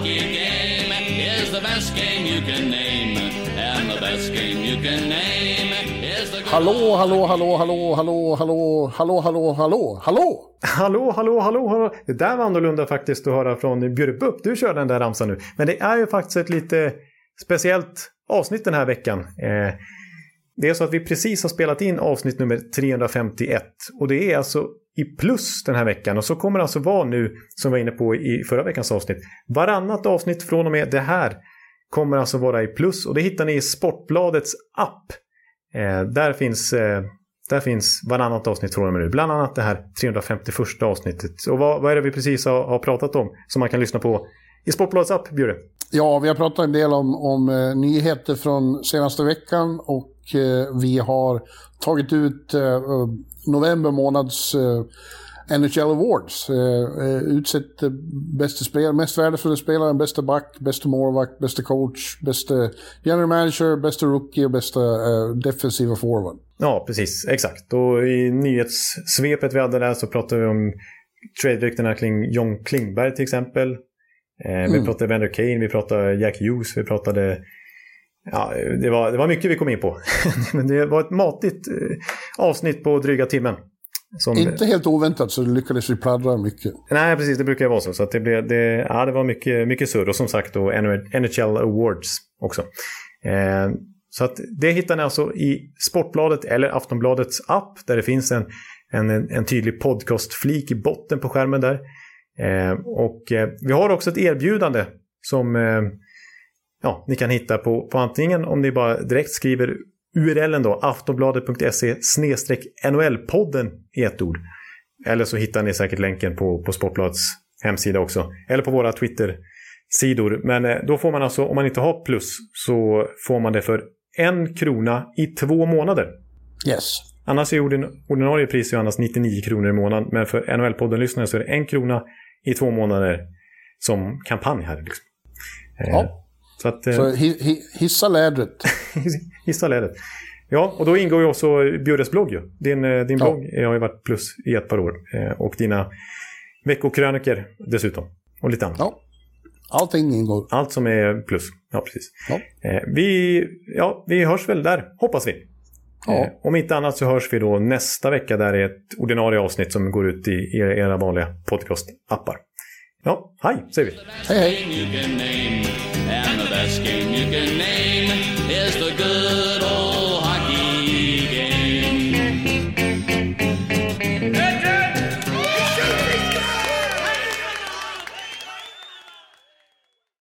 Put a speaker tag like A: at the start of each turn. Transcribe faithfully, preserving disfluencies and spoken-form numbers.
A: hockey game is the best game you can name, and the best game you can name is the...
B: Hallå, hallå, hallå, hallå, hallå, hallå, hallå, hallå, hallå, hallå.
C: Hallå, hallå, hallå, hallå. Det där var annorlunda faktiskt att höra från Bjurbup. Du kör den där ramsan nu. Men det är ju faktiskt ett lite speciellt avsnitt den här veckan. Eh, det är så att vi precis har spelat in avsnitt nummer trehundrafemtioett. Och det är alltså i plus den här veckan. Och så kommer det alltså vara nu, som vi var inne på i förra veckans avsnitt. Varannat avsnitt från och med det här kommer alltså vara i plus. Och det hittar ni i Sportbladets app. Eh, där finns... Eh, Där finns varannat avsnitt från och med nu. Bland annat det här trehundrafemtioförsta avsnittet. Och vad, vad är det vi precis har, har pratat om som man kan lyssna på i Sportbladets app, Bjure?
B: Ja, vi har pratat en del om, om eh, nyheter från senaste veckan. Och eh, vi har tagit ut eh, november månads eh, N H L Awards. Eh, utsett eh, bästa spelare, mest värdefulla spelaren, bästa back, bästa målvakt, bästa coach, bästa general manager, bästa rookie och bästa eh, defensiva forward.
C: Ja, precis. Exakt. Och i nyhetssvepet vi hade där så pratade vi om trade-ryktena kring John Klingberg till exempel. Eh, mm. Vi pratade Vander Kane, vi pratade Jack Hughes, vi pratade... Ja, det var, det var mycket vi kom in på. Men det var ett matigt eh, avsnitt på dryga timmen. Som...
B: Inte helt oväntat så lyckades vi pladdra mycket.
C: Nej, precis. Det brukar vara så. Så att det, blev, det, ja, det var mycket, mycket surr. Och som sagt då N H L Awards också. Eh, Så att det hittar ni alltså i Sportbladet eller Aftonbladets app där det finns en, en, en tydlig podcastflik i botten på skärmen där. Eh, och eh, vi har också ett erbjudande som eh, ja, ni kan hitta på, på antingen om ni bara direkt skriver U R L:en då, aftonbladet.se snedstreck NHL-podden i ett ord. Eller så hittar ni säkert länken på, på Sportbladets hemsida också. Eller på våra Twitter-sidor. Men eh, då får man alltså, om man inte har plus så får man det för en krona i två månader.
B: Yes.
C: Annars är ordinarie pris ju annars nittionio kronor i månaden. Men för N H L-podden-lyssnare så är det en krona i två månader som kampanj här. Liksom.
B: Ja.
C: Eh, så att, eh,
B: så hi, hi, hissa lädret.
C: hissa lädret. Ja, och då ingår ju också Bjurres blogg ju. Din, eh, din
B: ja.
C: blogg har ju varit plus i ett par år. Eh, och dina veckokröniker dessutom. Och lite annat.
B: Ja. Allting ingår.
C: Allt som är plus. Ja, precis.
B: Ja.
C: Eh, vi, ja, vi hörs väl där, hoppas vi.
B: Ja.
C: Eh, om inte annat så hörs vi då nästa vecka där är ett ordinarie avsnitt som går ut i era, era vanliga podcast-appar. Ja, hej, säger vi.
B: Hej, hej.
A: And the best game you can name is the good